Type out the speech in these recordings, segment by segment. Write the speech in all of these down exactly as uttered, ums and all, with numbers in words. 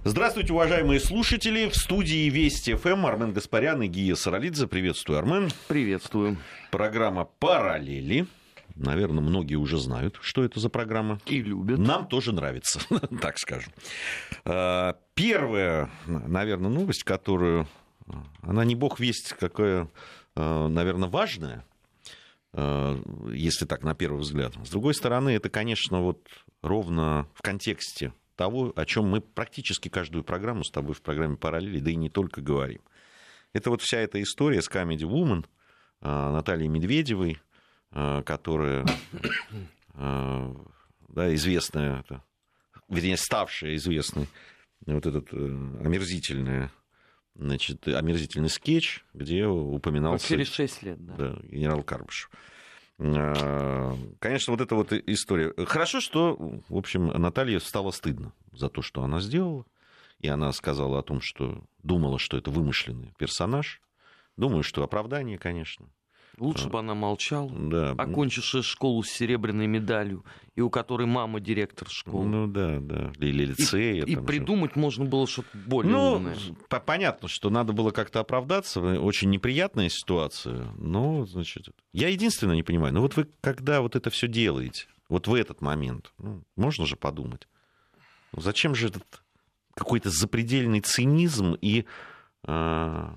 Здравствуйте, уважаемые слушатели. В студии Вести ФМ Армен Гаспарян и Гия Саралидзе. Приветствую, Армен. Приветствую. Программа «Параллели». Наверное, многие уже знают, что это за программа. И любят. Нам тоже нравится, так скажем. Первая, наверное, новость, которую... Она не бог весть, какая, наверное, важная, если так, на первый взгляд. С другой стороны, это, конечно, вот ровно в контексте того, о чем мы практически каждую программу с тобой в программе «Параллели», да и не только говорим. Это вот вся эта история с Comedy Woman Натальей Медведевой, которая, да, известная, вернее, ставшая известной, вот этот омерзительный, значит, омерзительный скетч, где упоминался... Через шесть лет, да. Да, генерал Карбышев. Конечно, вот эта вот история. Хорошо, что, в общем, Наталье стало стыдно за то, что она сделала. И она сказала о том, что думала, что это вымышленный персонаж. Думаю, что оправдание, конечно. Лучше бы она молчала, да. Окончившая школу с серебряной медалью, и у которой мама директор школы. Ну да, да. Или лицея. И, и придумать же можно было что-то более ну, умное. Понятно, что надо было как-то оправдаться. Очень неприятная ситуация. Но, значит, я единственное не понимаю. Ну вот вы, когда вот это все делаете, вот в этот момент, ну, можно же подумать, ну, зачем же этот какой-то запредельный цинизм и... А...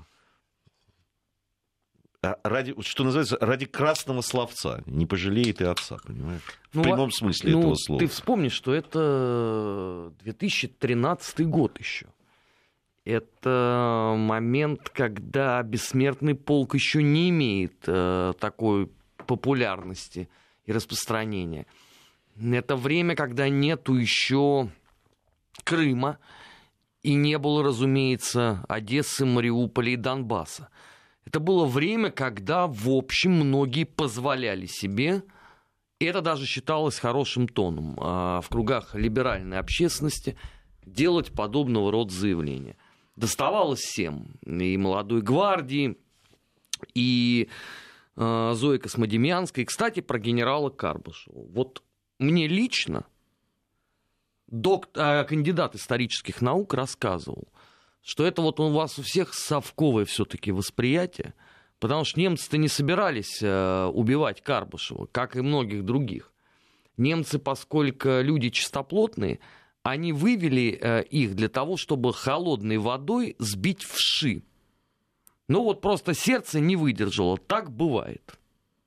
Ради, что называется, ради красного словца. Не пожалеет и отца, понимаешь? Ну, в прямом смысле ну, этого слова. Ты вспомни, что это две тысячи тринадцатый год еще. Это момент, когда бессмертный полк еще не имеет э, такой популярности и распространения. Это время, когда нету еще Крыма и не было, разумеется, Одессы, Мариуполя и Донбасса. Это было время, когда, в общем, многие позволяли себе, и это даже считалось хорошим тоном в кругах либеральной общественности, делать подобного рода заявления. Доставалось всем, и «Молодой гвардии», и Зои Космодемьянской, и, кстати, про генерала Карбышева. Вот мне лично доктор, кандидат исторических наук рассказывал, что это вот у вас у всех совковое все-таки восприятие, потому что немцы-то не собирались э, убивать Карбышева, как и многих других. Немцы, поскольку люди чистоплотные, они вывели э, их для того, чтобы холодной водой сбить вши. Ну вот просто сердце не выдержало, так бывает.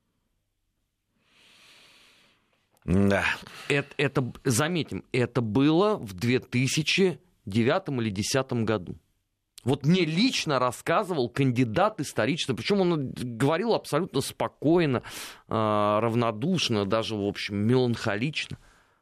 Да. Это, это, заметим, это было в две тысячи девятом или две тысячи десятом году. Вот мне лично рассказывал кандидат исторический, причем он говорил абсолютно спокойно, равнодушно, даже, в общем, меланхолично.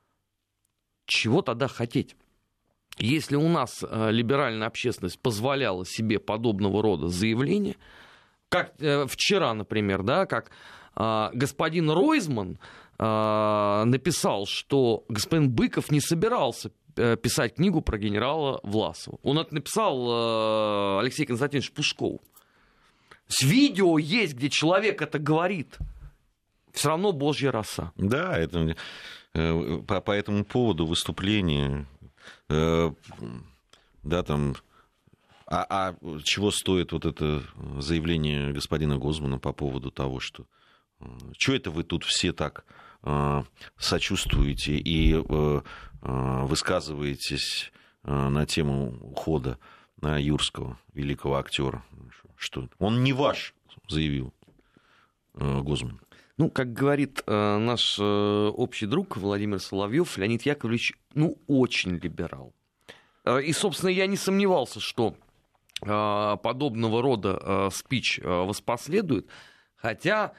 Чего тогда хотеть? Если у нас либеральная общественность позволяла себе подобного рода заявления, как вчера, например, да, как господин Ройзман написал, что господин Быков не собирался писать книгу про генерала Власова. Он это написал э, Алексей Константинович Пушков. С видео есть, где человек это говорит. Все равно божья роса. Да, это, э, по, по этому поводу выступление, э, да, там, а, а чего стоит вот это заявление господина Гозмана по поводу того, что э, что это вы тут все так э, сочувствуете и э, высказываетесь на тему ухода Юрского, великого актера. Что он не ваш, заявил Гозман. Ну, как говорит наш общий друг Владимир Соловьев, Леонид Яковлевич, ну, очень либерал. И, собственно, я не сомневался, что подобного рода спич воспоследует, хотя...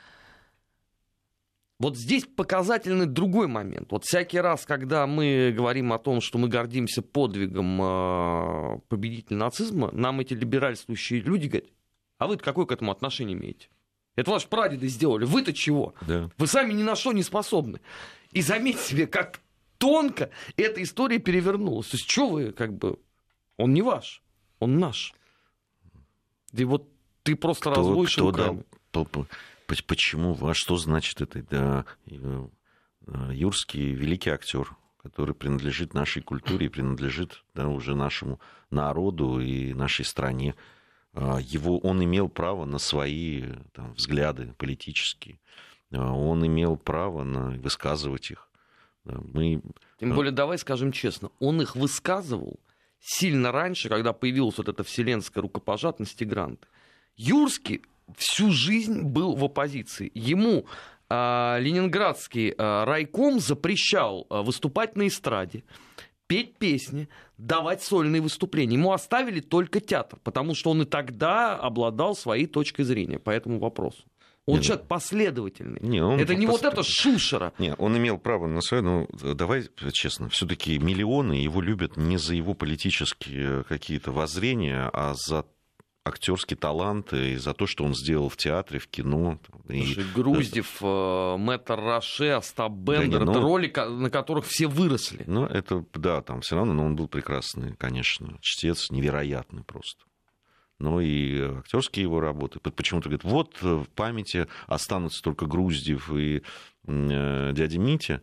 Вот здесь показательный другой момент. Вот всякий раз, когда мы говорим о том, что мы гордимся подвигом победителя нацизма, нам эти либеральствующие люди говорят: а вы-то какое к этому отношение имеете? Это ваши прадеды сделали, вы-то чего? Да. Вы сами ни на что не способны. И заметьте себе, как тонко эта история перевернулась. То есть, что вы, как бы, он не ваш, он наш. И вот ты просто кто, разводишь кто руками. Дал, почему? А что значит это? Да, Юрский великий актер. который принадлежит нашей культуре и принадлежит, да, уже нашему народу и нашей стране. Его, он имел право на свои там, взгляды политические, он имел право на высказывать их. Мы... Тем более, давай скажем честно, он их высказывал сильно раньше, когда появилась вот эта вселенская рукопожатность и гранты. Юрский всю жизнь был в оппозиции. Ему э, ленинградский э, райком запрещал э, выступать на эстраде, петь песни, давать сольные выступления. Ему оставили только театр, потому что он и тогда обладал своей точкой зрения по этому вопросу. Он не, человек последовательный. Не, он это не пос... вот это шушера. Не, он имел право на свое, но давай честно, все-таки миллионы его любят не за его политические какие-то воззрения, а за актерский талант и за то, что он сделал в театре, в кино. Слушай, и... Груздев, да. Мэтр Роше, Остап Бендер, да, не, это но... роли, на которых все выросли. Ну, это, да, там все равно, но он был прекрасный, конечно, чтец, невероятный просто. Но и актерские его работы. Почему-то говорят, вот в памяти останутся только Груздев и э, дядя Митя.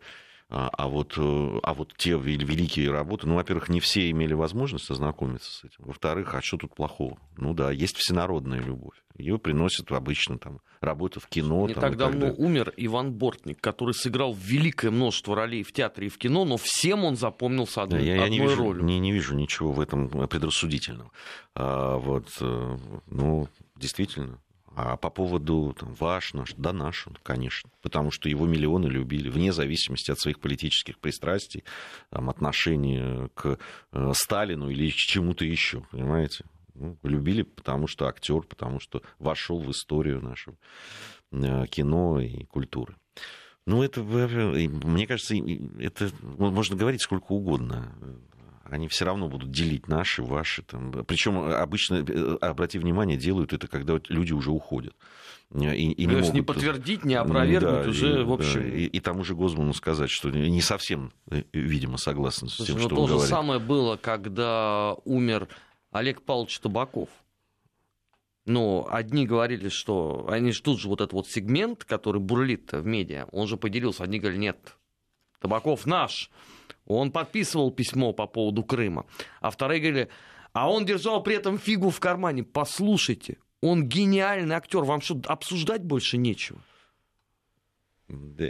А вот, а вот те великие работы, ну, во-первых, не все имели возможность ознакомиться с этим. Во-вторых, а что тут плохого? Ну да, есть всенародная любовь. Ее приносят обычно там, работа в кино. Не там, так давно умер Иван Бортник, который сыграл великое множество ролей в театре и в кино, но всем он запомнился одной, я, я одной не вижу, ролью. Не, не вижу ничего в этом предрассудительного. А, вот, ну, действительно. А по поводу там, ваш, наш, да наш, конечно, потому что его миллионы любили, вне зависимости от своих политических пристрастий, там, отношения к э, Сталину или к чему-то еще, понимаете? Ну, любили, потому что актер, потому что вошел в историю нашего э, кино и культуры. Ну, это, мне кажется, это можно говорить сколько угодно. Они все равно будут делить наши, ваши. Там. Причем обычно, обрати внимание, делают это, когда люди уже уходят. И, и не могут... не подтвердить, не опровергнуть, да, уже, и, в общем... Да, и, и тому же Гозману сказать, что не совсем, видимо, согласны с тем, Слушай, что ну, он то говорит. же самое было, когда умер Олег Павлович Табаков. Ну, одни говорили, что... Они же тут же вот этот вот сегмент, который бурлит в медиа, он же поделился. Одни говорили, нет, Табаков наш. Он подписывал письмо по поводу Крыма. А вторые говорили, а он держал при этом фигу в кармане. Послушайте, он гениальный актер. Вам что, обсуждать больше нечего? Да.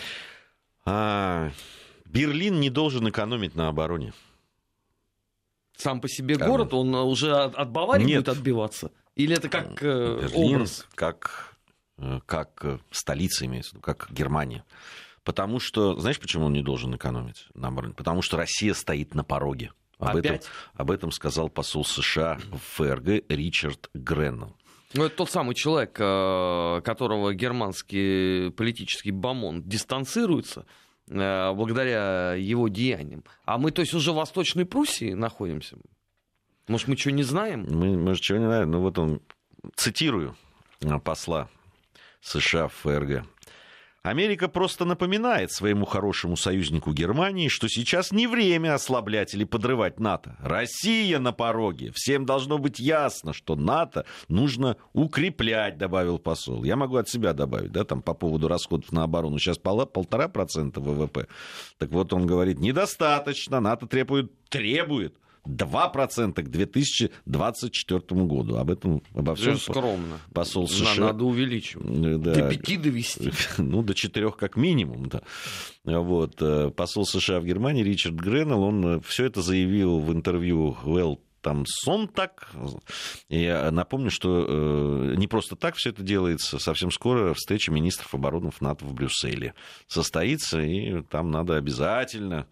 А, Берлин не должен экономить на обороне. Сам по себе а, город, он уже от Баварии нет. будет отбиваться? Или это как э, Берлин образ? Как, как столица, имеется в виду, как Германия. Потому что, знаешь, почему он не должен экономить на обороне? Потому что Россия стоит на пороге. Об, этом, об этом сказал посол США в ФРГ Ричард Греннелл. Ну, это тот самый человек, которого германский политический бомонд дистанцируется благодаря его деяниям. А мы, то есть, уже в Восточной Пруссии находимся? Может, мы что, не знаем? Мы, может, чего не знаем. Ну, вот он, цитирую посла США в ФРГ. Америка просто напоминает своему хорошему союзнику Германии, что сейчас не время ослаблять или подрывать НАТО. Россия на пороге. Всем должно быть ясно, что НАТО нужно укреплять, добавил посол. Я могу от себя добавить, да, там по поводу расходов на оборону. Сейчас полтора процента ВВП. Так вот он говорит, недостаточно. НАТО требует, требует два процента к две тысячи двадцать четвёртому году. Об этом, обо всем скромно. Посол США... Надо увеличивать. Да. До пяти довести. Ну, до четырех как минимум, да. Вот. Посол США в Германии Ричард Греннелл, он все это заявил в интервью Well там Сонтак. Я напомню, что э, не просто так все это делается. Совсем скоро встреча министров обороны НАТО в Брюсселе состоится, и там надо обязательно...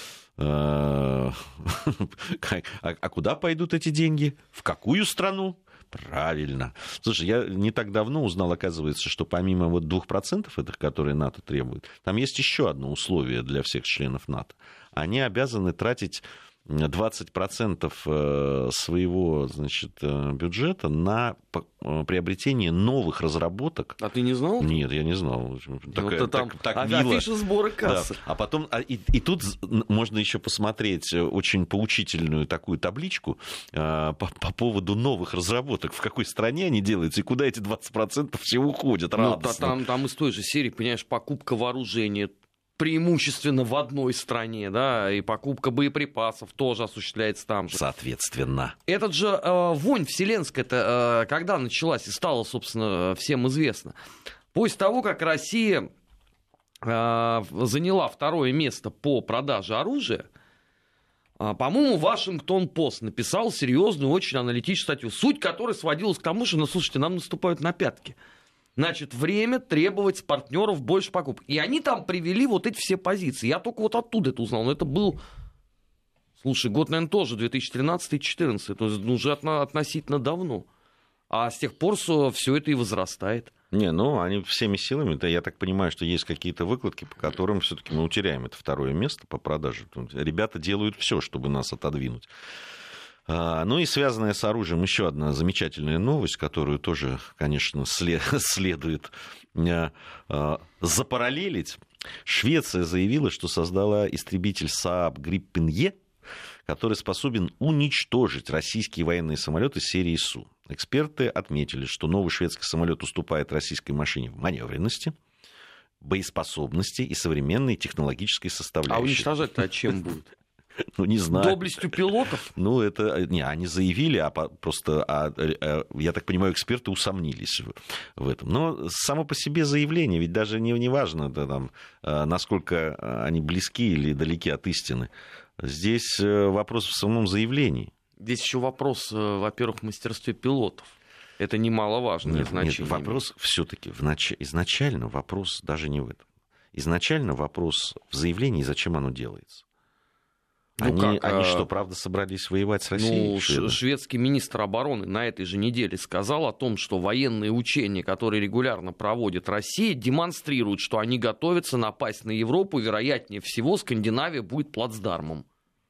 А, а куда пойдут эти деньги? В какую страну? Правильно. Слушай, я не так давно узнал, оказывается, что помимо вот двух процентов, этих, которые НАТО требует, там есть еще одно условие для всех членов НАТО. Они обязаны тратить двадцать процентов своего, значит, бюджета на приобретение новых разработок. А ты не знал? Нет, я не знал. Такая, вот там, так, так а, мило. Афиша сбора кассы. Да. А потом, а, и, и тут можно еще посмотреть очень поучительную такую табличку а, по, по поводу новых разработок, в какой стране они делаются и куда эти двадцать процентов все уходят. Ну, там, там из той же серии, понимаешь, покупка вооружения, преимущественно в одной стране, да, и покупка боеприпасов тоже осуществляется там же. Соответственно. Этот же э, вонь вселенская-то э, когда началась и стало, собственно, всем известно? После того, как Россия э, заняла второе место по продаже оружия, э, по-моему, Вашингтон-Пост написал серьезную, очень аналитическую статью, суть которой сводилась к тому, что, ну, слушайте, нам наступают на пятки. Значит, время требовать с партнеров больше покупок. И они там привели вот эти все позиции. Я только вот оттуда это узнал. Но это был, слушай, год, наверное, тоже, две тысячи тринадцатый - две тысячи четырнадцатый. То есть уже относительно давно. А с тех пор все это и возрастает. Не, ну, они всеми силами, да, я так понимаю, что есть какие-то выкладки, по которым все-таки мы утеряем это второе место по продаже. Ребята делают все, чтобы нас отодвинуть. Ну и связанная с оружием еще одна замечательная новость, которую тоже, конечно, след, следует запараллелить. Швеция заявила, что создала истребитель Saab Gripen E, который способен уничтожить российские военные самолеты серии Су. Эксперты отметили, что новый шведский самолет уступает российской машине в маневренности, боеспособности и современной технологической составляющей. А уничтожать-то чем будет? Ну, не знаю. Доблестью пилотов? Ну, это... Не, они заявили, а просто, а, а, я так понимаю, эксперты усомнились в, в этом. Но само по себе заявление, ведь даже не, не важно, да, там, насколько они близки или далеки от истины. Здесь вопрос в самом заявлении. Здесь еще вопрос, во-первых, в мастерстве пилотов. Это немаловажное нет, значение. Нет, вопрос все-таки нач... изначально вопрос даже не в этом. Изначально вопрос в заявлении, зачем оно делается. Ну они, как? Они что, правда, собрались воевать с Россией? Ну, ш- шведский министр обороны на этой же неделе сказал о том, что военные учения, которые регулярно проводит Россия, демонстрируют, что они готовятся напасть на Европу. Вероятнее всего, Скандинавия будет плацдармом.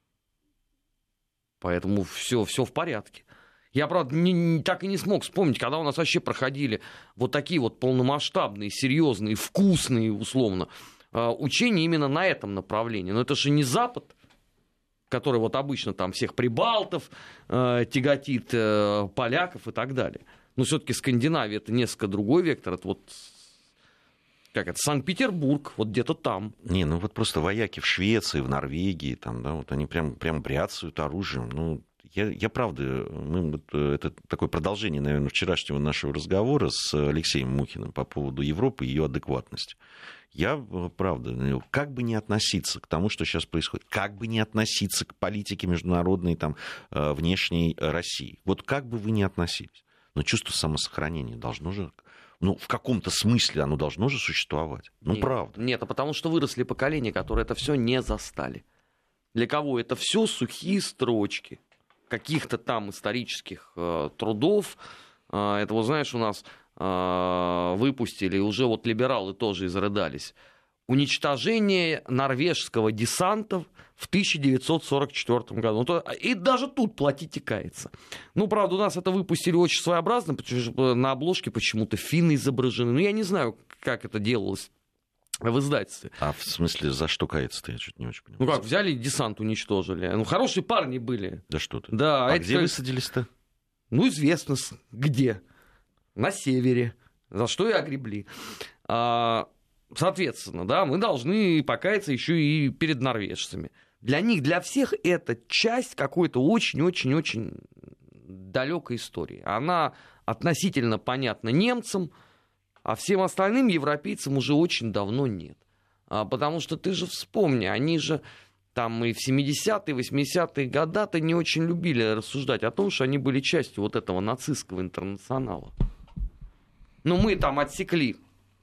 Поэтому все, все в порядке. Я, правда, не, не, так и не смог вспомнить, когда у нас вообще проходили вот такие вот полномасштабные, серьезные, вкусные, условно, учения именно на этом направлении. Но это же не Запад, который вот обычно там всех прибалтов э, тяготит, э, поляков и так далее. Но все-таки Скандинавия — это несколько другой вектор. Это вот, как это, Санкт-Петербург, вот где-то там. Не, ну вот просто вояки в Швеции, в Норвегии, там, да, вот они прям, прям бряцают оружием. Ну, я, я правда, мы, вот, это такое продолжение, наверное, вчерашнего нашего разговора с Алексеем Мухиным по поводу Европы и ее адекватности. Я, правда, как бы не относиться к тому, что сейчас происходит, как бы не относиться к политике международной, там, внешней России, вот как бы вы ни относились, но чувство самосохранения должно же, ну, в каком-то смысле оно должно же существовать. Ну, нет, правда. Нет, а потому что выросли поколения, которые это все не застали. Для кого это все сухие строчки каких-то там исторических э, трудов. Э, это, вот знаешь, у нас... выпустили, и уже вот либералы тоже изрыдались. Уничтожение норвежского десанта в тысяча девятьсот сорок четвёртом году. И даже тут платить и каяться. Ну, правда, у нас это выпустили очень своеобразно, потому что на обложке почему-то финны изображены. Ну, я не знаю, как это делалось в издательстве. А в смысле, за что каяться-то? Я чуть не очень понимаю. Ну как, взяли десант, уничтожили. Ну, хорошие парни были. Да что ты. Да, а а где это... высадились-то? Ну, известно, где. На севере, за что и огребли. А, соответственно, да, мы должны покаяться еще и перед норвежцами. Для них, для всех это часть какой-то очень-очень-очень далекой истории. Она относительно понятна немцам, а всем остальным европейцам уже очень давно нет. А, потому что ты же вспомни, они же там и в семидесятые, восьмидесятые годы-то не очень любили рассуждать о том, что они были частью вот этого нацистского интернационала. Ну, мы там отсекли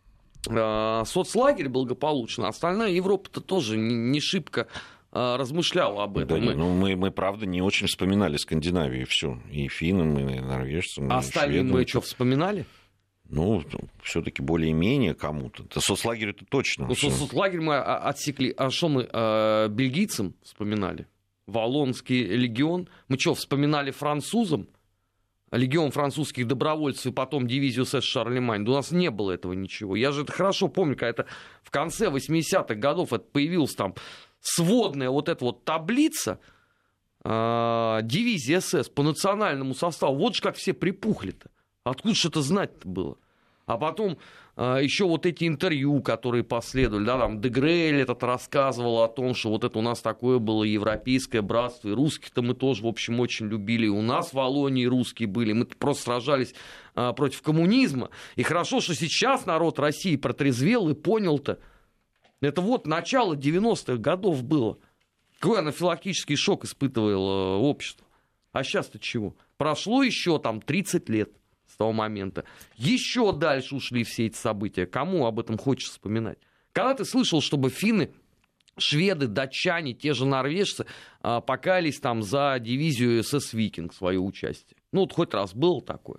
э, соцлагерь благополучно, остальная Европа-то тоже не, не шибко э, размышляла об этом. Да, мы... Ну, мы, мы, правда, не очень вспоминали Скандинавию, все, и финнам, и норвежцам, а и остальные шведам. мы что, вспоминали? Ну, все-таки более-менее кому-то. Да, соцлагерь это точно. Ну, соцлагерь мы отсекли. А что мы э, бельгийцам вспоминали? Валлонский легион? Мы что, вспоминали французам? Легион французских добровольцев и потом дивизию эс эс Шарлемань. Да у нас не было этого ничего. Я же это хорошо помню, когда это в конце восьмидесятых годов это появилась там сводная вот эта вот таблица э, дивизии эс эс по национальному составу. Вот же как все припухли-то. Откуда же это знать-то было? А потом э, еще вот эти интервью, которые последовали, да, там Дегрель этот рассказывал о том, что вот это у нас такое было европейское братство, и русских-то мы тоже, в общем, очень любили, и у нас в Волонии русские были, мы просто сражались э, против коммунизма. И хорошо, что сейчас народ России протрезвел и понял-то, это вот начало девяностых годов было. Какой анафилактический шок испытывало э, общество. А сейчас-то чего? Прошло еще там тридцать лет. С того момента. Еще дальше ушли все эти события. Кому об этом хочется вспоминать? Когда ты слышал, чтобы финны, шведы, датчане, те же норвежцы а, покаялись там за дивизию СС «Викинг», свое участие? Ну, вот хоть раз было такое?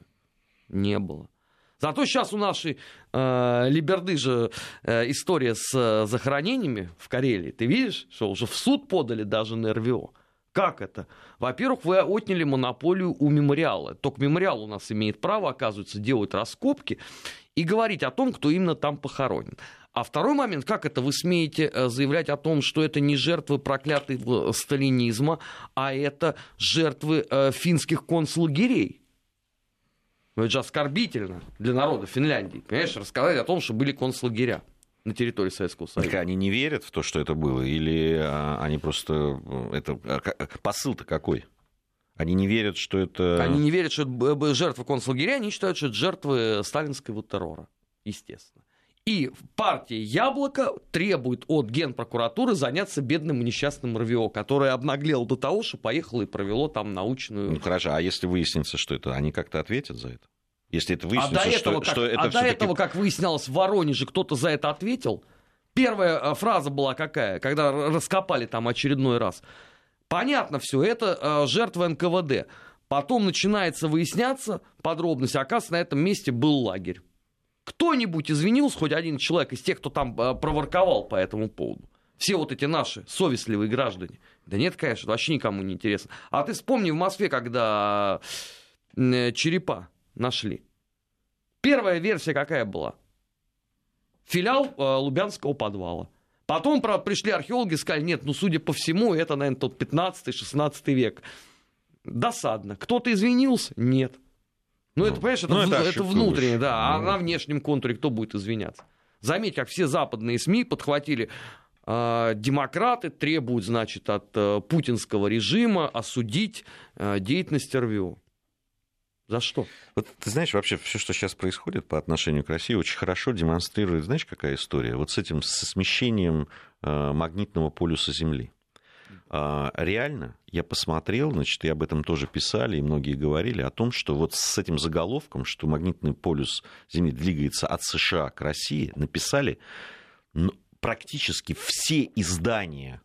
Не было. Зато сейчас у нашей э, либерды же э, история с э, захоронениями в Карелии. Ты видишь, что уже в суд подали даже на эр вэ о. Как это? Во-первых, вы отняли монополию у мемориала. Только мемориал у нас имеет право, оказывается, делать раскопки и говорить о том, кто именно там похоронен. А второй момент, как это вы смеете заявлять о том, что это не жертвы проклятого сталинизма, а это жертвы э, финских концлагерей? Ну, это же оскорбительно для народа Финляндии. Понимаешь, рассказать о том, что были концлагеря на территории Советского Союза. Так они не верят в то, что это было? Или а, они просто... Это... Посыл-то какой? Они не верят, что это... Они не верят, что это жертвы концлагеря, они считают, что это жертвы сталинского террора, естественно. И партия «Яблоко» требует от Генпрокуратуры заняться бедным и несчастным эр вэ о, которое обнаглело до того, что поехало и провело там научную... Ну хорошо, а если выяснится, что это, они как-то ответят за это? Если это выяснится, а до что, этого, как, что это а до все-таки... этого, как выяснялось, в Воронеже кто-то за это ответил. Первая фраза была какая, когда раскопали там очередной раз. Понятно все, это э, жертва эн ка вэ дэ. Потом начинается выясняться подробности. Оказывается, на этом месте был лагерь. Кто-нибудь извинился, хоть один человек из тех, кто там э, проворковал по этому поводу? Все вот эти наши совестливые граждане. Да нет, конечно, вообще никому не интересно. А ты вспомни в Москве, когда э, черепа нашли. Первая версия какая была? Филиал э, Лубянского подвала. Потом, правда, пришли археологи и сказали, нет, ну, судя по всему, это, наверное, тот пятнадцатый-шестнадцатый век. Досадно. Кто-то извинился? Нет. Ну, это, понимаешь, это, ну, это, это внутреннее, да. А ну. На внешнем контуре кто будет извиняться? Заметь, как все западные СМИ подхватили. Э, демократы требуют, значит, от э, путинского режима осудить э, деятельность эр вэ о. За что? Вот ты знаешь, вообще все, что сейчас происходит по отношению к России, очень хорошо демонстрирует, знаешь, какая история? Вот с этим со смещением э, магнитного полюса Земли. Э, реально, я посмотрел, значит, и об этом тоже писали, и многие говорили о том, что вот с этим заголовком, что магнитный полюс Земли двигается от США к России, написали ну, практически все издания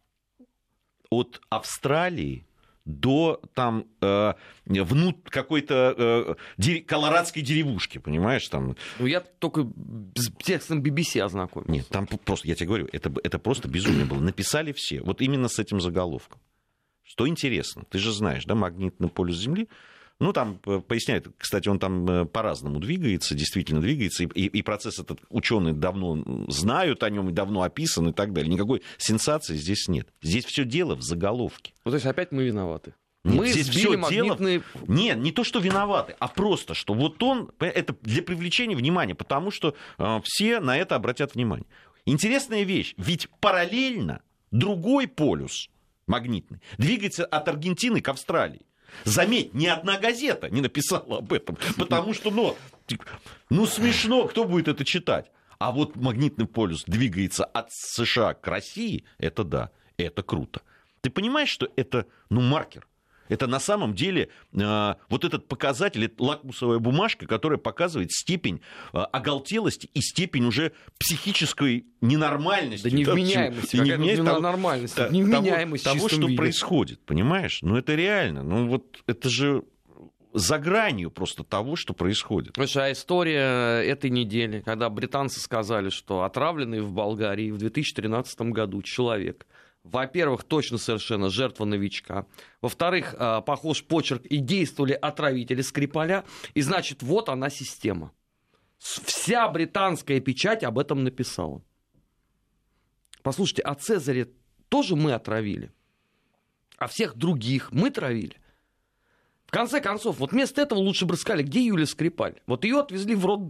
от Австралии до там э, внут какой-то э, дерев... колорадской деревушки, понимаешь? Там... Ну, я только с текстом би би си ознакомился. Нет, там просто, я тебе говорю, это, это просто безумие было. Написали все, вот именно с этим заголовком. Что интересно, ты же знаешь, да, магнитный полюс Земли, ну, там поясняют, кстати, он там по-разному двигается, действительно двигается, и, и процесс этот ученые давно знают о нем, и давно описан и так далее. Никакой сенсации здесь нет. Здесь все дело в заголовке. Ну, то есть опять мы виноваты. Нет, мы здесь сбили все магнитные... дело... Нет, не то, что виноваты, а просто, что вот он... Это для привлечения внимания, потому что э, все на это обратят внимание. Интересная вещь, ведь параллельно другой полюс магнитный двигается от Аргентины к Австралии. Заметь, ни одна газета не написала об этом, потому что, ну, ну, смешно, кто будет это читать. А вот магнитный полюс двигается от США к России, это да, это круто. Ты понимаешь, что это, ну, маркер? Это на самом деле э, вот этот показатель, это лакмусовая бумажка, которая показывает степень э, оголтелости и степень уже психической ненормальности. Да невменяемости, какая-то ненормальность, того, невменяемость того, того что виде. происходит, понимаешь? Ну это реально, ну вот это же за гранью просто того, что происходит. Слушай, а история этой недели, когда британцы сказали, что отравленный в Болгарии в две тысячи тринадцатом году человек... Во-первых, точно совершенно жертва новичка. Во-вторых, похож почерк и действовали отравители Скрипаля. И значит, вот она система. Вся британская печать об этом написала. Послушайте, а Цезаря тоже мы отравили. А всех других мы травили. В конце концов, вот вместо этого лучше бы сказали, где Юлия Скрипаль. Вот ее отвезли в роддом.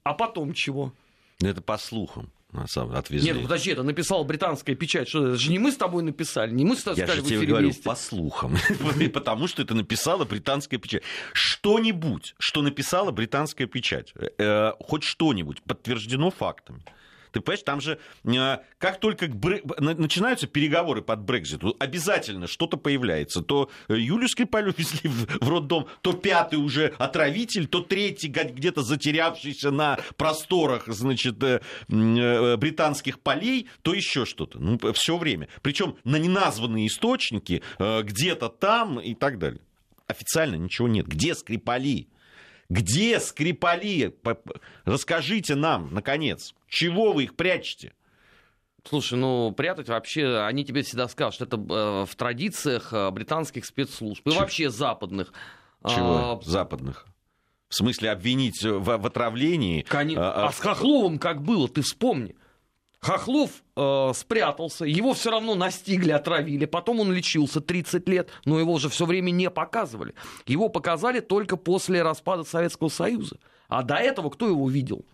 А потом чего? Это по слухам. На самом деле, отвезли. Нет, ну подожди, это написала британская печать. Что, это же не мы с тобой написали, не мы с тобой Я сказали же в тебе эфире говорю, Вести. по слухам. Потому что это написала британская печать. Что-нибудь, что написала британская печать, хоть что-нибудь подтверждено фактами. Ты понимаешь, там же как только начинаются переговоры под Брексит, обязательно что-то появляется. То Юлию Скрипалю везли в роддом, то пятый уже отравитель, то третий где-то затерявшийся на просторах, значит, британских полей, то еще что-то. Ну, все время. Причем на неназванные источники, где-то там и так далее. Официально ничего нет. Где Скрипали? Где Скрипали? Расскажите нам, наконец, чего вы их прячете? Слушай, ну, прятать вообще, они тебе всегда скажут, что это э, в традициях британских спецслужб и Чего? вообще западных. Чего? А, западных? В смысле обвинить в, в отравлении? Конечно. А, а с Хохловым как было, ты вспомни. Хохлов э, спрятался, его все равно настигли, отравили, потом он лечился тридцать лет, но его же все время не показывали. Его показали только после распада Советского Союза. А до этого кто его видел?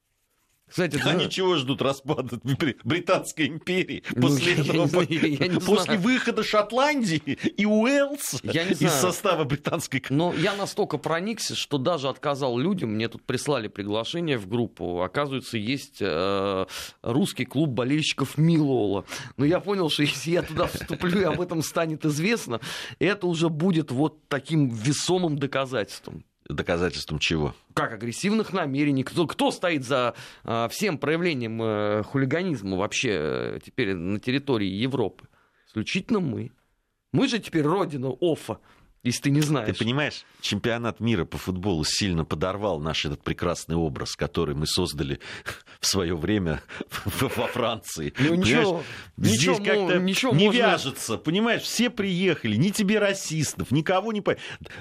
Кстати, Они да. чего ждут распада Британской империи Ну, после я этого? не знаю, я не После знаю. выхода Шотландии и Уэльса Я не из знаю. состава британской... Но я настолько проникся, что даже отказал людям. Мне тут прислали приглашение в группу. Оказывается, есть э, русский клуб болельщиков Милола. Но я понял, что если я туда вступлю и об этом станет известно, это уже будет вот таким весомым доказательством. Доказательством чего? Как агрессивных намерений. Кто, кто стоит за э, всем проявлением э, хулиганизма вообще э, теперь на территории Европы? Исключительно мы. Мы же теперь родина Оффа, если ты не знаешь. Ты понимаешь, чемпионат мира по футболу сильно подорвал наш этот прекрасный образ, который мы создали в свое время во Франции. Ну, ничего, Здесь ничего, как-то ничего не можно... вяжется, понимаешь, все приехали, ни тебе расистов, никого не...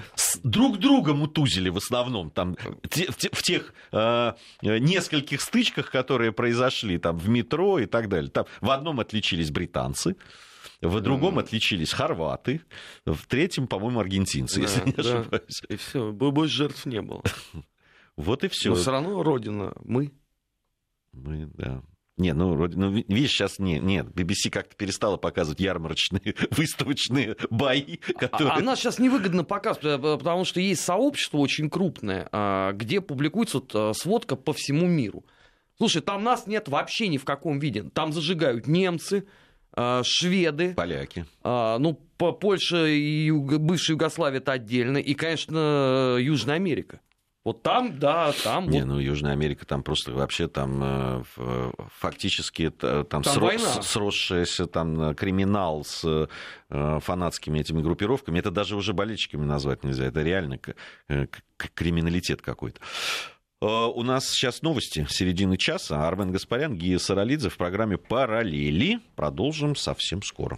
Друг друга мутузили в основном, там, в тех э, нескольких стычках, которые произошли там в метро и так далее. Там в одном отличились британцы, в другом mm. отличились хорваты, в третьем, по-моему, аргентинцы, да, если не да. ошибаюсь. И все, больше жертв не было. Вот и все. Но все равно родина мы. Мы, да. Не, ну, ну, видишь, сейчас не, нет, би би си как-то перестала показывать ярмарочные, выставочные бои, которые... А, она сейчас невыгодно показывает, потому что есть сообщество очень крупное, где публикуется вот сводка по всему миру. Слушай, там нас нет вообще ни в каком виде. Там зажигают немцы, шведы, поляки. А, ну, Польша и Юго, бывшая Югославия это отдельно, и, конечно, Южная Америка. Вот там, да, там... Не, вот... ну, Южная Америка, там просто вообще там фактически там, там, там срос, сросшийся там криминал с фанатскими этими группировками. Это даже уже болельщиками назвать нельзя. Это реально криминалитет какой-то. У нас сейчас новости середины часа. Армен Гаспарян, Гия Саралидзе в программе «Параллели». Продолжим совсем скоро.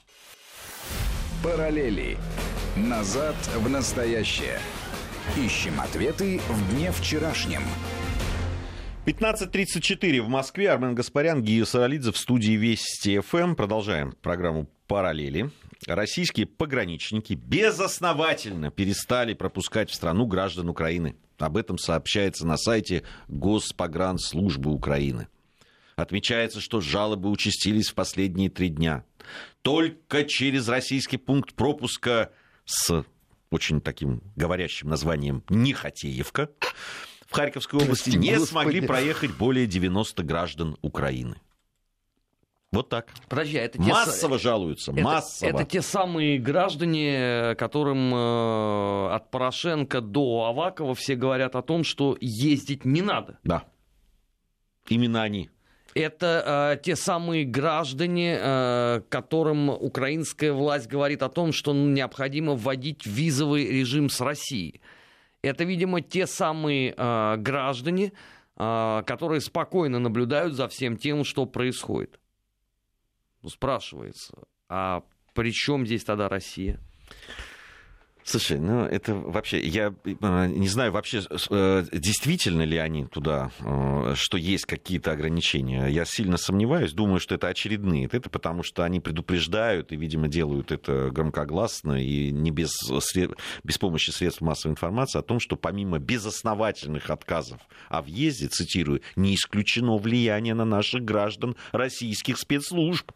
«Параллели. Назад в настоящее». Ищем ответы в дне вчерашнем. пятнадцать тридцать четыре в Москве. Армен Гаспарян, Гия Саралидзе в студии Вести эф эм. Продолжаем программу «Параллели». Российские пограничники безосновательно перестали пропускать в страну граждан Украины. Об этом сообщается на сайте Госпогранслужбы Украины. Отмечается, что жалобы участились в последние три дня. Только через российский пункт пропуска с очень таким говорящим названием Нехотеевка в Харьковской области не Господи. смогли проехать более девяноста граждан Украины. Вот так. Подожди, это те Массово с... жалуются, это, массово. Это те самые граждане, которым э, от Порошенко до Авакова все говорят о том, что ездить не надо. Да, именно они. Это э, те самые граждане, э, которым украинская власть говорит о том, что необходимо вводить визовый режим с Россией. Это, видимо, те самые э, граждане, э, которые спокойно наблюдают за всем тем, что происходит. Ну, спрашивается, а при чем здесь тогда Россия? Слушай, ну это вообще, я не знаю вообще, действительно ли они туда, что есть какие-то ограничения. Я сильно сомневаюсь, думаю, что это очередные. Это потому, что они предупреждают и, видимо, делают это громкогласно и не без, без помощи средств массовой информации о том, что помимо безосновательных отказов о въезде, цитирую, не исключено влияние на наших граждан российских спецслужб.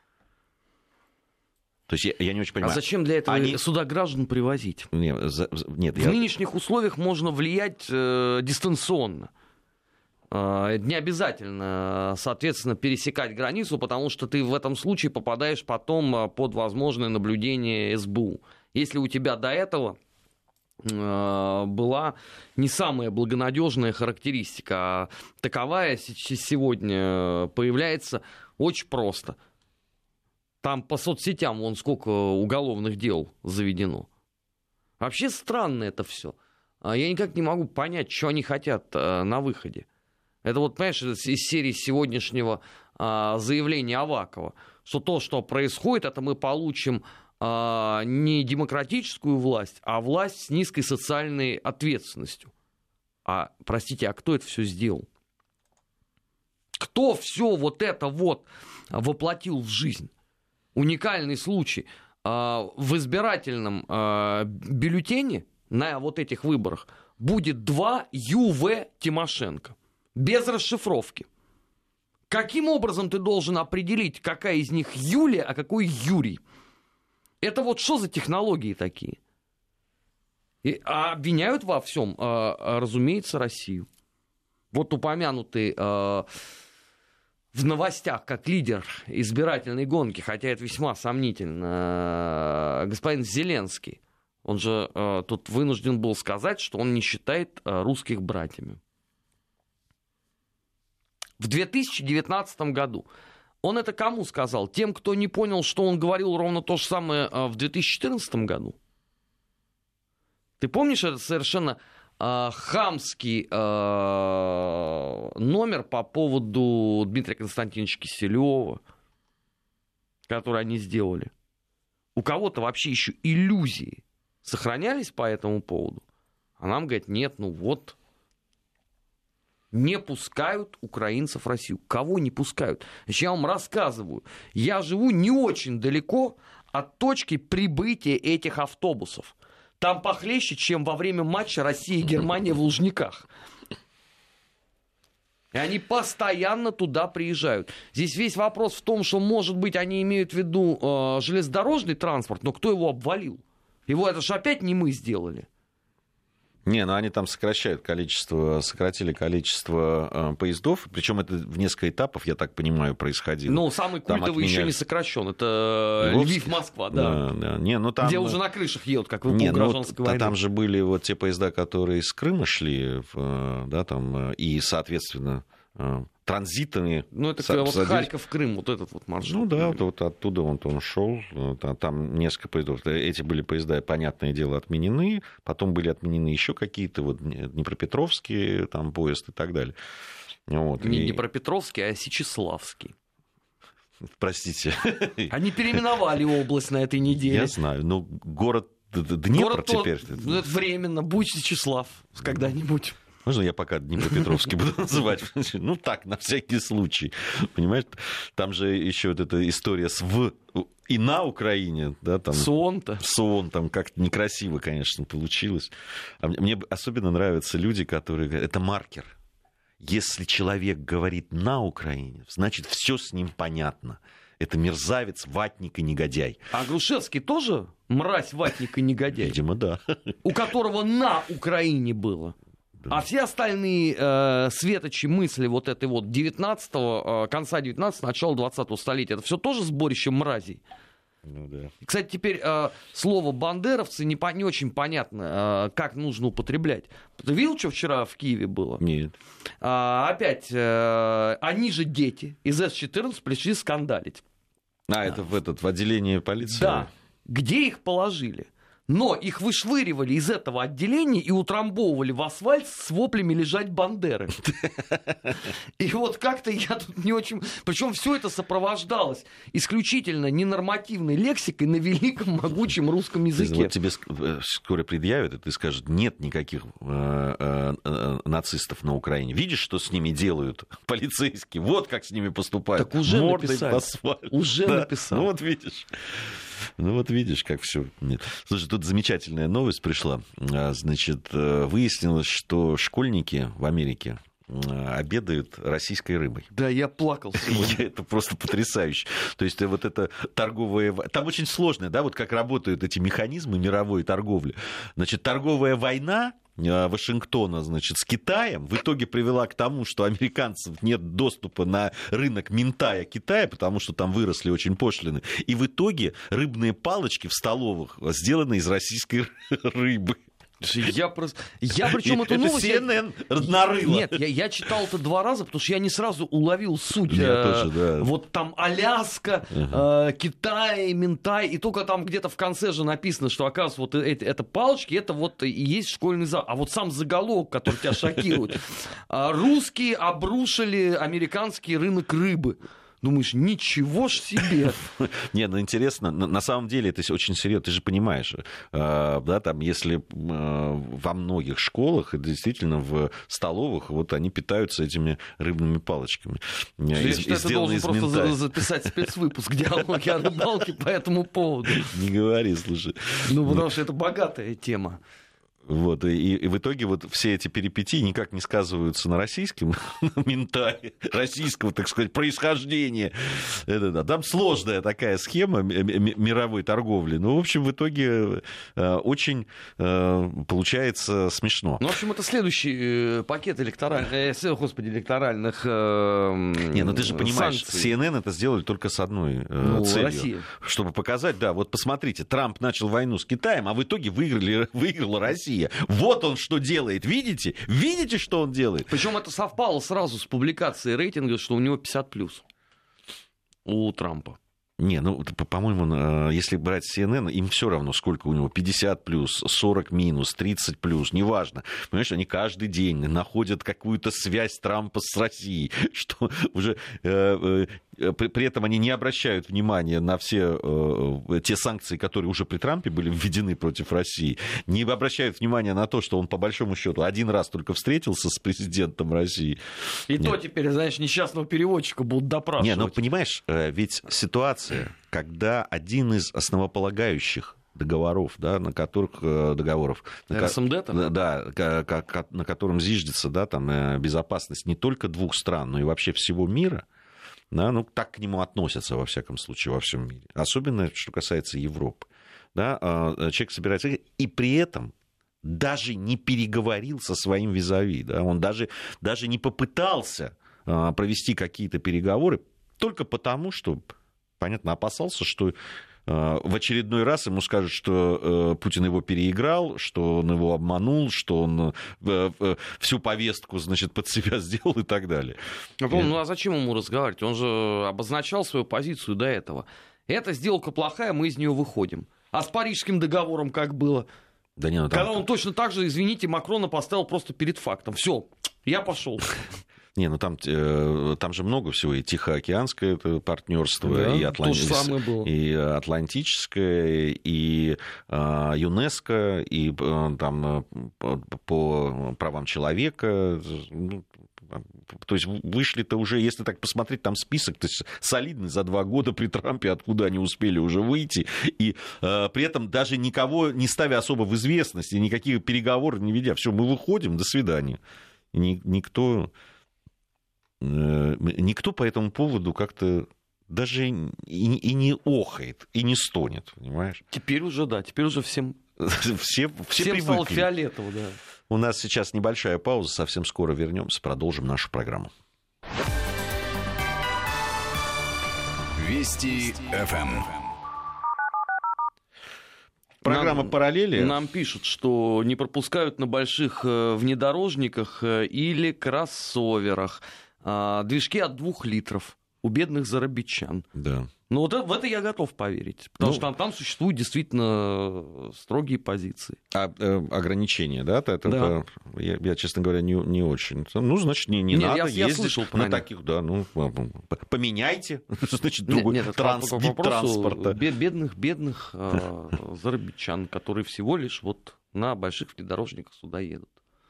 То есть я, я не очень понимаю. А зачем для этого Они... сюда граждан привозить? Нет, за, нет, в я... нынешних условиях можно влиять э, дистанционно. Э, не обязательно, соответственно, пересекать границу, потому что ты в этом случае попадаешь потом под возможное наблюдение эс бэ у. Если у тебя до этого э, была не самая благонадежная характеристика, а таковая сегодня появляется очень просто. Там по соцсетям вон сколько уголовных дел заведено. Вообще странно это все. Я никак не могу понять, что они хотят на выходе. Это вот, понимаешь, из серии сегодняшнего заявления Авакова, что то, что происходит, это мы получим не демократическую власть, а власть с низкой социальной ответственностью. А, простите, а кто это все сделал? Кто все вот это вот воплотил в жизнь? Уникальный случай. В избирательном бюллетене на вот этих выборах будет два ю вэ Тимошенко. Без расшифровки. Каким образом ты должен определить, какая из них Юлия, а какой Юрий? Это вот что за технологии такие? И обвиняют во всем, разумеется, Россию. Вот упомянутый... в новостях как лидер избирательной гонки, хотя это весьма сомнительно, господин Зеленский, он же э, тут вынужден был сказать, что он не считает э, русских братьями. В две тысячи девятнадцатом году он это кому сказал? Тем, кто не понял, что он говорил ровно то же самое э, в две тысячи четырнадцатом году? Ты помнишь это совершенно... хамский э, номер по поводу Дмитрия Константиновича Киселева, который они сделали. У кого-то вообще еще иллюзии сохранялись по этому поводу, а нам говорят, нет, ну вот, не пускают украинцев в Россию. Кого не пускают? Значит, я вам рассказываю, я живу не очень далеко от точки прибытия этих автобусов. Там похлеще, чем во время матча России и Германии в Лужниках. И они постоянно туда приезжают. Здесь весь вопрос в том, что, может быть, они имеют в виду э, железнодорожный транспорт, но кто его обвалил? Его это же опять не мы сделали. Не, ну они там сокращают количество, сократили количество э, поездов, причем это в несколько этапов, я так понимаю, происходило. Ну, самый культовый отменяли... еще не сокращен, это Львовск? Львив-Москва, да. Да, да. Не, ну, там... Где уже на крышах едут, как в не, гражданской ну, войне. Там же были вот те поезда, которые из Крыма шли, да, там, и, соответственно, транзитами. Ну, это со- вот садились... Харьков-Крым, вот этот вот маршрут. Ну да, вот, вот оттуда он, он шел, там несколько поездов. Эти были поезда, понятное дело, отменены, потом были отменены еще какие-то, вот Днепропетровские там поезд и так далее. Вот. Не и... Днепропетровский, а Сечеславский. Простите. Они переименовали область на этой неделе. Я знаю, но город Днепр город теперь... Тот, это временно, будь Сечеслав когда-нибудь. Можно я пока Днепропетровский буду называть? Ну, так, на всякий случай. Понимаешь, там же еще вот эта история с «в» и на Украине. Да, там, Сон-то. Сон, там как-то некрасиво, конечно, получилось. А мне, мне особенно нравятся люди, которые говорят, это маркер. Если человек говорит «на Украине», значит, все с ним понятно. Это мерзавец, ватник и негодяй. А Грушевский тоже мразь, ватник и негодяй? Видимо, да. У которого на Украине было. А все остальные э, светочи мысли вот этой вот девятнадцатого, э, конца девятнадцатого, начала двадцатого столетия, это все тоже сборище мразей. Ну, да. Кстати, теперь э, слово «бандеровцы» не, по, не очень понятно, э, как нужно употреблять. Ты видел, что вчера в Киеве было? Нет. А, опять, э, они же дети из эс четырнадцать пришли скандалить. А, это в, этот, в отделении полиции? Да. Где их положили? Но их вышвыривали из этого отделения и утрамбовывали в асфальт с воплями «лежать Бандеры». И вот как-то я тут не очень... Причем все это сопровождалось исключительно ненормативной лексикой на великом могучем русском языке. Вот тебе скоро предъявят, и ты скажешь, нет никаких э, э, нацистов на Украине. Видишь, что с ними делают полицейские? Вот как с ними поступают. Так уже мордой написали. в асфальт. Уже да. написал. Ну вот видишь. Ну вот видишь, как все. Нет. Слушай, тут замечательная новость пришла. Значит, выяснилось, что школьники в Америке обедают российской рыбой. Да, я плакал сегодня. Это просто потрясающе. То есть вот это торговая... Там очень сложно, да, вот как работают эти механизмы мировой торговли. Значит, торговая война Вашингтона, значит, с Китаем в итоге привела к тому, что американцев нет доступа на рынок Минтая Китая, потому что там выросли очень пошлины. И в итоге рыбные палочки в столовых сделаны из российской рыбы. Я просто... Я причем эту это новость... си эн эн нарыло. Нет, я, я читал это два раза, потому что я не сразу уловил суть. Я э, тоже, да. Вот там Аляска, uh-huh. э, Китай, Минтай, и только там где-то в конце же написано, что, оказывается, вот это, это палочки, это вот и есть школьный зал. А вот сам заголовок, который тебя шокирует. Русские обрушили американский рынок рыбы. Думаешь, ничего ж себе. Не, ну интересно, на самом деле это очень серьезно, ты же понимаешь, да, там, если во многих школах, и действительно в столовых, вот они питаются этими рыбными палочками. Я считаю, ты должен просто записать спецвыпуск «Диалоги о рыбалке» по этому поводу. Не говори, слушай. Ну, потому что это богатая тема. Вот, и, и в итоге вот все эти перипетии никак не сказываются на российском Минтае, российского, так сказать, происхождения. Это, да, там сложная такая схема мировой торговли. Ну, в общем, в итоге очень получается смешно. Ну, в общем, это следующий пакет электоральных, э, господи, электоральных э, Не, ну ты же понимаешь, санкций. си эн эн это сделали только с одной э, ну, целью. Россия. Чтобы показать, да, вот посмотрите, Трамп начал войну с Китаем, а в итоге выиграли, выиграла Россия. Вот он что делает, видите? Видите, что он делает? Причем это совпало сразу с публикацией рейтинга, что у него пятьдесят плюс у Трампа. Не, ну, по-моему, если брать си эн эн, им все равно, сколько у него, пятьдесят плюс, сорок минус, тридцать плюс, неважно. Понимаешь, они каждый день находят какую-то связь Трампа с Россией, что уже... Э, э, при, при этом они не обращают внимания на все э, те санкции, которые уже при Трампе были введены против России, не обращают внимания на то, что он, по большому счету, один раз только встретился с президентом России. И Нет. то теперь, знаешь, несчастного переводчика будут допрашивать. Не, ну, понимаешь, ведь ситуация, когда один из основополагающих договоров, да, на которых договоров, эр эс эм дэ там? Да, на котором зиждется, да, там безопасность не только двух стран, но и вообще всего мира, да, ну так к нему относятся во всяком случае во всем мире, особенно что касается Европы, да, человек собирается и при этом даже не переговорил со своим визави, да, он даже даже не попытался провести какие-то переговоры только потому, что понятно, опасался, что э, в очередной раз ему скажут, что э, Путин его переиграл, что он его обманул, что он э, э, всю повестку, значит, под себя сделал и так далее. Ну, ну а зачем ему разговаривать? Он же обозначал свою позицию до этого. Эта сделка плохая, мы из нее выходим. А с Парижским договором как было? Да не, ну, там... там... Когда он точно так же, извините, Макрона поставил просто перед фактом. Все, я пошел. Не, ну там, там же много всего, и Тихоокеанское партнерство, да, и, Атланти... и Атлантическое, и э, ЮНЕСКО, и э, там по, по правам человека. Ну, то есть вышли-то уже, если так посмотреть, там список то есть, солидный за два года при Трампе, откуда они успели уже выйти, и э, при этом даже никого не ставя особо в известность, и никаких переговоров не ведя. Все, мы выходим, до свидания. И ни, никто... Никто по этому поводу как-то даже и, и не охает, и не стонет, понимаешь? Теперь уже, да, теперь уже всем, все, все всем стало фиолетово, да. У нас сейчас небольшая пауза, совсем скоро вернемся, продолжим нашу программу. Вести эф эм. Программа нам, «Параллели». Нам пишут, что не пропускают на больших внедорожниках или кроссоверах движки от двух литров у бедных зарабичан. Да. Ну, вот в это я готов поверить. Потому Ну, что там, там существуют действительно строгие позиции. А, э, ограничения, да? Это, Да. это, я, я, честно говоря, не, не очень. Ну, значит, не, не Нет, надо я- я ездить слышал про на них. таких, да, ну, поменяйте, значит, Нет, другой нет, это транс- по- по вид вопросу транспорта. бе- бедных, бедных э, зарабичан, которые всего лишь вот на больших внедорожниках сюда едут.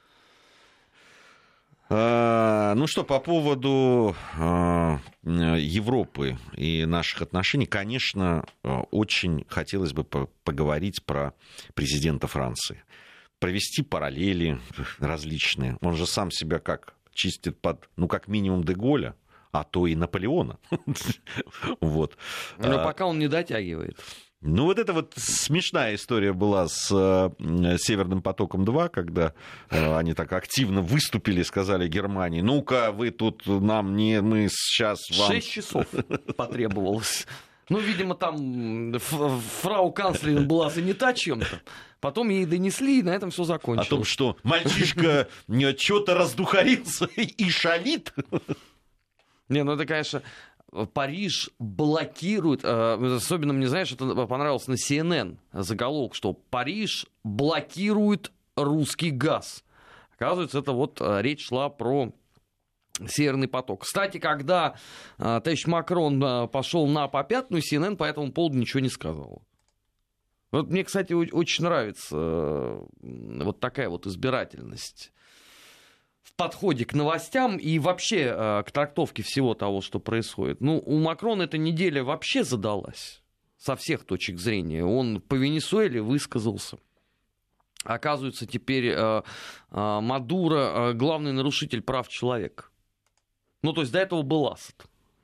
А, ну что, по поводу а, Европы и наших отношений, конечно, а, очень хотелось бы по- поговорить про президента Франции. Провести параллели различные. Он же сам себя как чистит под, ну, как минимум Де-Голля, а то и Наполеона. Вот. Но А, пока он не дотягивает. Ну, вот это вот смешная история была с э, «Северным потоком-два», когда э, они так активно выступили, сказали Германии, ну-ка, вы тут нам не... Мы сейчас вам... Шесть часов потребовалось. Ну, видимо, там ф- фрау канцлерин была занята чем-то. Потом ей донесли, и на этом все О закончилось. том, что мальчишка что-то раздухарился и шалит. Не, ну это, конечно, Париж блокирует, э, особенно мне, знаешь, это понравилось на си эн эн заголовок, что Париж блокирует русский газ. Оказывается, это вот э, речь шла про Северный поток. Кстати, когда э, товарищ Макрон э, пошел на попятную, си эн эн по этому поводу ничего не сказал. Вот мне, кстати, о- очень нравится э, вот такая вот избирательность в подходе к новостям и вообще э, к трактовке всего того, что происходит. Ну, у Макрона эта неделя вообще задалась со всех точек зрения. Он по Венесуэле высказался. Оказывается, теперь э, э, Мадуро э, главный нарушитель прав человека. Ну, то есть до этого был Асад.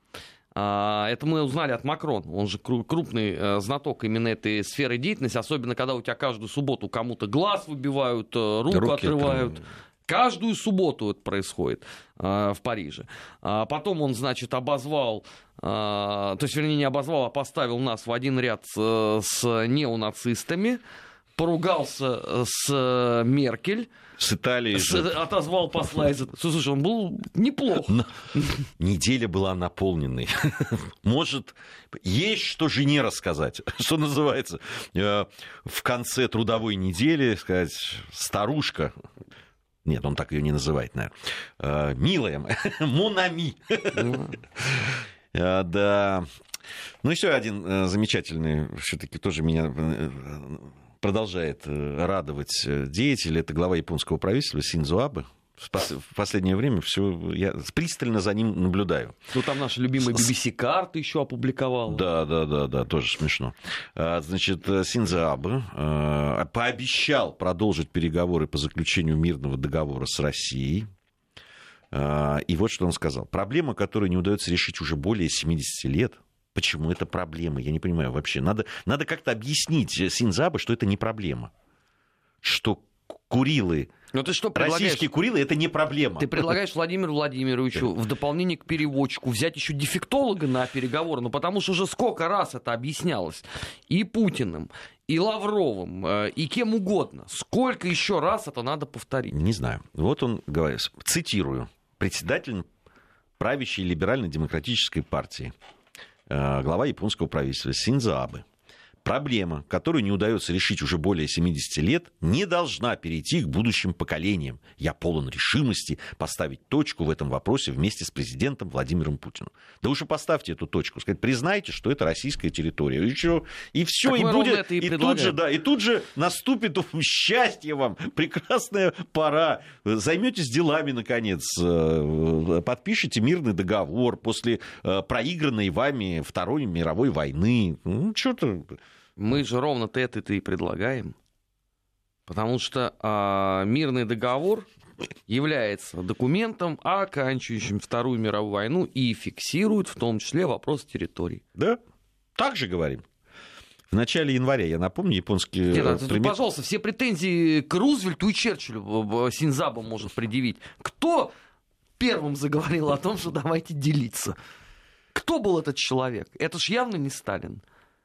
А, Это мы узнали от Макрона. Он же кру- крупный э, знаток именно этой сферы деятельности, особенно когда у тебя каждую субботу кому-то глаз выбивают, э, руку Руки отрывают. отрывают. Каждую субботу это происходит э, в Париже. А потом он, значит, обозвал, э, то есть, вернее, не обозвал, а поставил нас в один ряд с, с неонацистами, поругался с Меркель, С Италией с- же. отозвал посла из... Слушай, он был неплох. На- Неделя была наполненной. Может, есть что жене рассказать, что называется. Э, В конце трудовой недели сказать, старушка, нет, он так ее не называет, наверное, э, милая моя, Монами. Э, Да. Ну, еще один э, замечательный, все-таки тоже меня э, продолжает э, радовать э, деятель, это глава японского правительства Синдзо Абе. В пос- в последнее время все, я пристально за ним наблюдаю. Ну, там наша любимая би би си карта еще опубликовала. Да, да, да, да, тоже смешно. А, Значит, Синдзо Абе а, пообещал продолжить переговоры по заключению мирного договора с Россией. А, И вот что он сказал. Проблема, которую не удается решить уже более семидесяти лет. Почему это проблема? Я не понимаю вообще. Надо, надо как-то объяснить Синдзо Абе, что это не проблема. Что Курилы, Ну, ты что предлагаешь? российские Курилы, это не проблема. Ты предлагаешь Владимиру Владимировичу в дополнение к переводчику взять еще дефектолога на переговоры? Ну, потому что уже сколько раз это объяснялось. И Путиным, и Лавровым, э, и кем угодно. Сколько еще раз это надо повторить? Не знаю. Вот он говорит, цитирую, председатель правящей либерально-демократической партии, э, глава японского правительства Синдзо Абе. Проблема, которую не удается решить уже более семидесяти лет, не должна перейти к будущим поколениям. Я полон решимости поставить точку в этом вопросе вместе с президентом Владимиром Путиным. Да уж и поставьте эту точку. Сказать, признайте, что это российская территория. И, чё? И все, Так и мы ровно будет. это и И, тут предлагаем. же, да, и тут же наступит счастье вам, прекрасная пора. Займетесь делами, наконец. э, Подпишите мирный договор после э, проигранной вами Второй мировой войны. Ну, что-то... Мы же ровно-то это и предлагаем. Потому что а, мирный договор является документом, оканчивающим Вторую мировую войну и фиксирует в том числе вопрос территорий. Да, так же говорим. В начале января, я напомню, японские... Нет, а тут, премьер- пожалуйста, все претензии к Рузвельту и Черчиллю Синдзо Абе может предъявить. Кто первым заговорил о том, что давайте делиться? Кто был этот человек? Это ж явно не Сталин.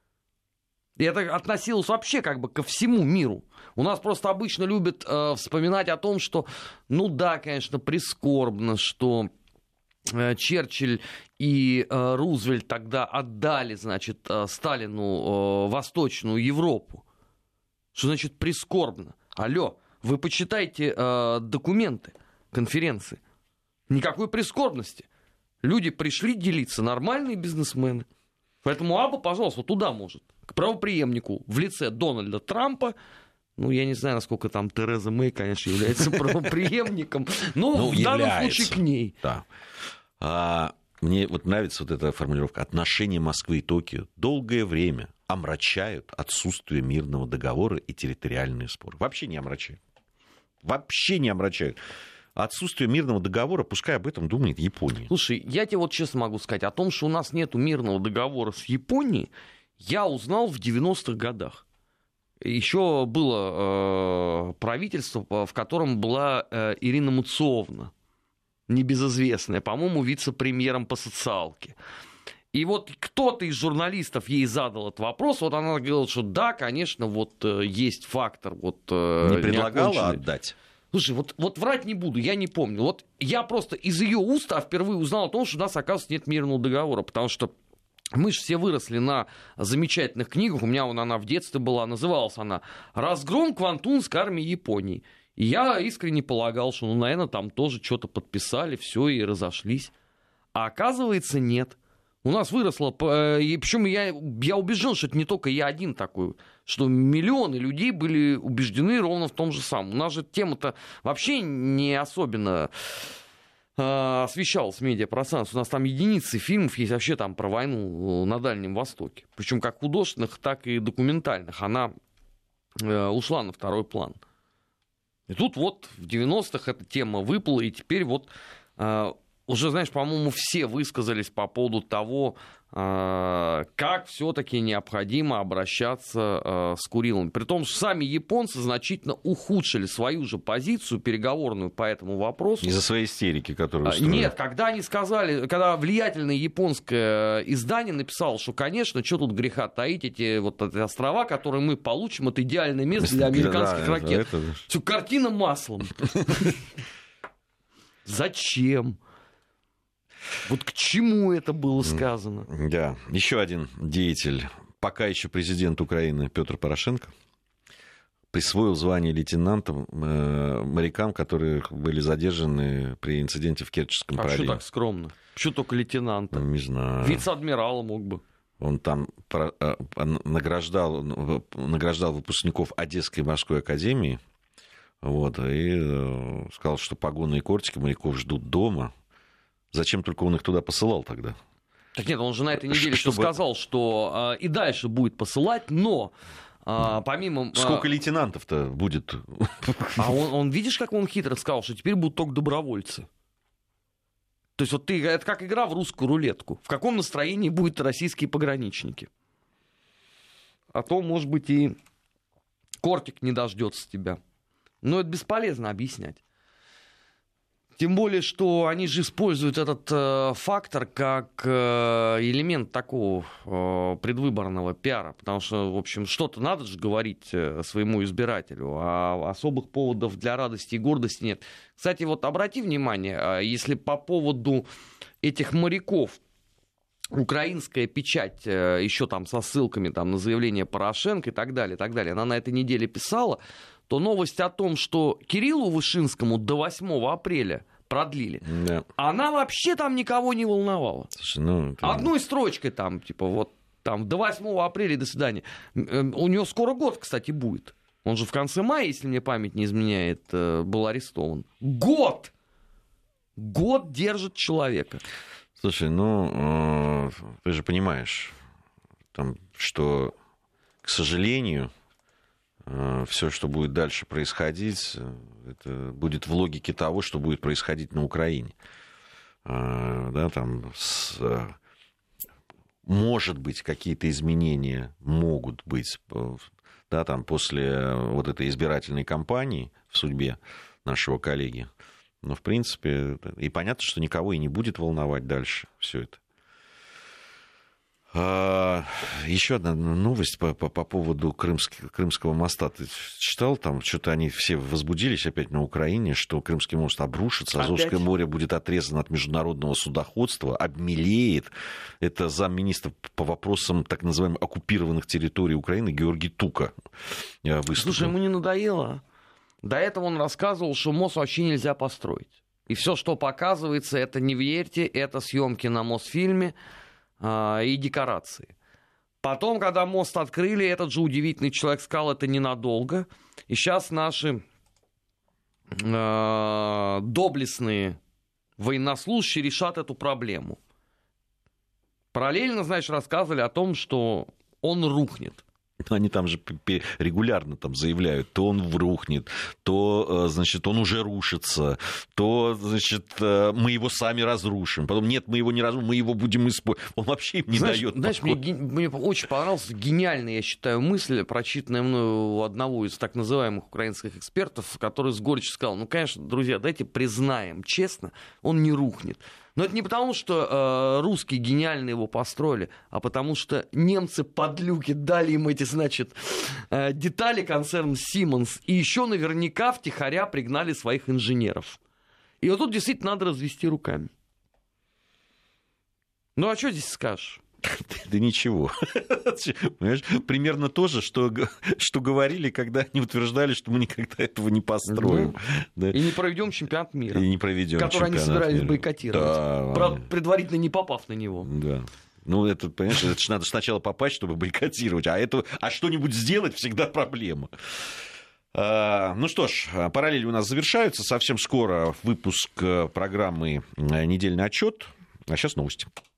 И это относилось вообще как бы ко всему миру. У нас просто обычно любят э, вспоминать о том, что, ну да, конечно, прискорбно, что Черчилль и э, Рузвельт тогда отдали, значит, э, Сталину э, Восточную Европу. Что значит прискорбно? Алло, вы почитайте э, документы конференции. Никакой прискорбности. Люди пришли делиться, нормальные бизнесмены. Поэтому Аба, пожалуйста, туда может. К правопреемнику в лице Дональда Трампа. Ну, я не знаю, насколько там Тереза Мэй, конечно, является правопреемником. Но ну, в данном случае к ней. Да. А, мне вот нравится вот эта формулировка. Отношения Москвы и Токио долгое время омрачают отсутствие мирного договора и территориальные споры. Вообще не омрачают. Вообще не омрачают. Отсутствие мирного договора, пускай об этом думает Япония. Слушай, я тебе вот честно могу сказать, о том, что у нас нет мирного договора с Японией, я узнал в девяностых годах. Еще было э, правительство, в котором была э, Ирина Муцовна, небезызвестная, по-моему, вице-премьером по социалке. И вот кто-то из журналистов ей задал этот вопрос, вот она говорила, что да, конечно, вот э, есть фактор. Вот, э, не предлагала отдать? Слушай, вот, вот врать не буду, я не помню. Вот я просто из ее уст впервые узнал о том, что у нас, оказывается, нет мирного договора, потому что мы же все выросли на замечательных книгах, у меня вон она в детстве была, называлась она «Разгром Квантунской армии Японии». И я искренне полагал, что, ну, наверное, там тоже что-то подписали, все и разошлись. А оказывается, нет. У нас выросло, и причем я, я убежден, что это не только я один такой, что миллионы людей были убеждены ровно в том же самом. У нас же тема-то вообще не особенно э, освещалась в медиапространстве. У нас там единицы фильмов есть вообще там про войну на Дальнем Востоке. Причем как художественных, так и документальных. Она э, ушла на второй план. И тут вот в девяностых эта тема выплыла, и теперь вот... Э, Уже, знаешь, по-моему, все высказались по поводу того, как все-таки необходимо обращаться с Курилами. При том, что сами японцы значительно ухудшили свою же позицию переговорную по этому вопросу. Из-за своей истерики, которую устроили. Нет, когда они сказали, когда влиятельное японское издание написало, что, конечно, что тут греха таить, эти вот эти острова, которые мы получим, это идеальное место для американских да, ракет. Это... Все, картина маслом. Зачем? Вот к чему это было сказано? Да, еще один деятель, пока еще президент Украины Петр Порошенко, присвоил звание лейтенанта э, морякам, которые были задержаны при инциденте в Керченском а проливе. А что так скромно? Что только лейтенанта? Не знаю. Вице-адмирала мог бы. Он там про, э, награждал, награждал выпускников Одесской морской академии, вот, и э, сказал, что погоны и кортики моряков ждут дома. Зачем только он их туда посылал тогда? Так нет, он же на этой неделе Чтобы... сказал, что э, и дальше будет посылать, но э, помимо... Э... Сколько лейтенантов-то будет? А он, он, видишь, как он хитро сказал, что теперь будут только добровольцы. То есть вот ты, это как игра в русскую рулетку. В каком настроении будут российские пограничники? А то, может быть, и кортик не дождется тебя. Но это бесполезно объяснять. Тем более, что они же используют этот э, фактор как э, элемент такого э, предвыборного пиара. Потому что, в общем, что-то надо же говорить э, своему избирателю, а особых поводов для радости и гордости нет. Кстати, вот обрати внимание, если по поводу этих моряков украинская печать, э, еще там со ссылками там, на заявление Порошенко и так далее, и так далее, она на этой неделе писала, то новость о том, что Кириллу Вышинскому до восьмого апреля продлили, да. Она вообще там никого не волновала. Слушай, ну, это... Одной строчкой там, типа, вот там до восьмого апреля, до свидания. У него скоро год, кстати, будет. Он же в конце мая, если мне память не изменяет, был арестован. Год! Год держит человека. Слушай, ну, ты же понимаешь, там, что, к сожалению, все, что будет дальше происходить, это будет в логике того, что будет происходить на Украине. Да, там с... Может быть, какие-то изменения могут быть, да, там, после вот этой избирательной кампании в судьбе нашего коллеги. Но, в принципе, и понятно, что никого и не будет волновать дальше все это. Еще одна новость по, по, по поводу Крымск, Крымского моста. Ты читал, там что-то они все возбудились опять на Украине, что Крымский мост обрушится, Азовское опять? море будет отрезано от международного судоходства, обмелеет. Это замминистра по вопросам так называемых оккупированных территорий Украины Георгий Тука выступил. Слушай, ему не надоело? До этого он рассказывал, что мост вообще нельзя построить. И все, что показывается, это не верьте, это съемки на Мосфильме и декорации. Потом, когда мост открыли, этот же удивительный человек сказал, это ненадолго. И сейчас наши э, доблестные военнослужащие решат эту проблему. Параллельно, знаешь, рассказывали о том, что он рухнет. Они там же регулярно там заявляют, то он рухнет, то, значит, он уже рушится, то, значит, мы его сами разрушим. Потом, нет, мы его не разрушим, мы его будем использовать. Он вообще им не знаешь, дает. Знаешь, мне, мне очень понравилась гениальная, я считаю, мысль, прочитанная мною у одного из так называемых украинских экспертов, который с горечью сказал, ну, конечно, друзья, давайте признаем честно, он не рухнет. Но это не потому, что э, русские гениально его построили, а потому что немцы подлюки дали им эти, значит, э, детали концерн Siemens, и еще наверняка втихаря пригнали своих инженеров. И вот тут действительно надо развести руками. Ну а что здесь скажешь? Да ничего. Понимаешь, примерно то же, что, что говорили, когда они утверждали, что мы никогда этого не построим. Да. И не проведем чемпионат мира. И не проведем который они собирались мира. бойкотировать. Да. Правда, предварительно не попав на него. Да. Ну, это, понимаешь, это же надо сначала попасть, чтобы бойкотировать. А, это, а что-нибудь сделать всегда проблема. А, ну что ж, параллели у нас завершаются. Совсем скоро выпуск программы «Недельный отчет». А сейчас новости.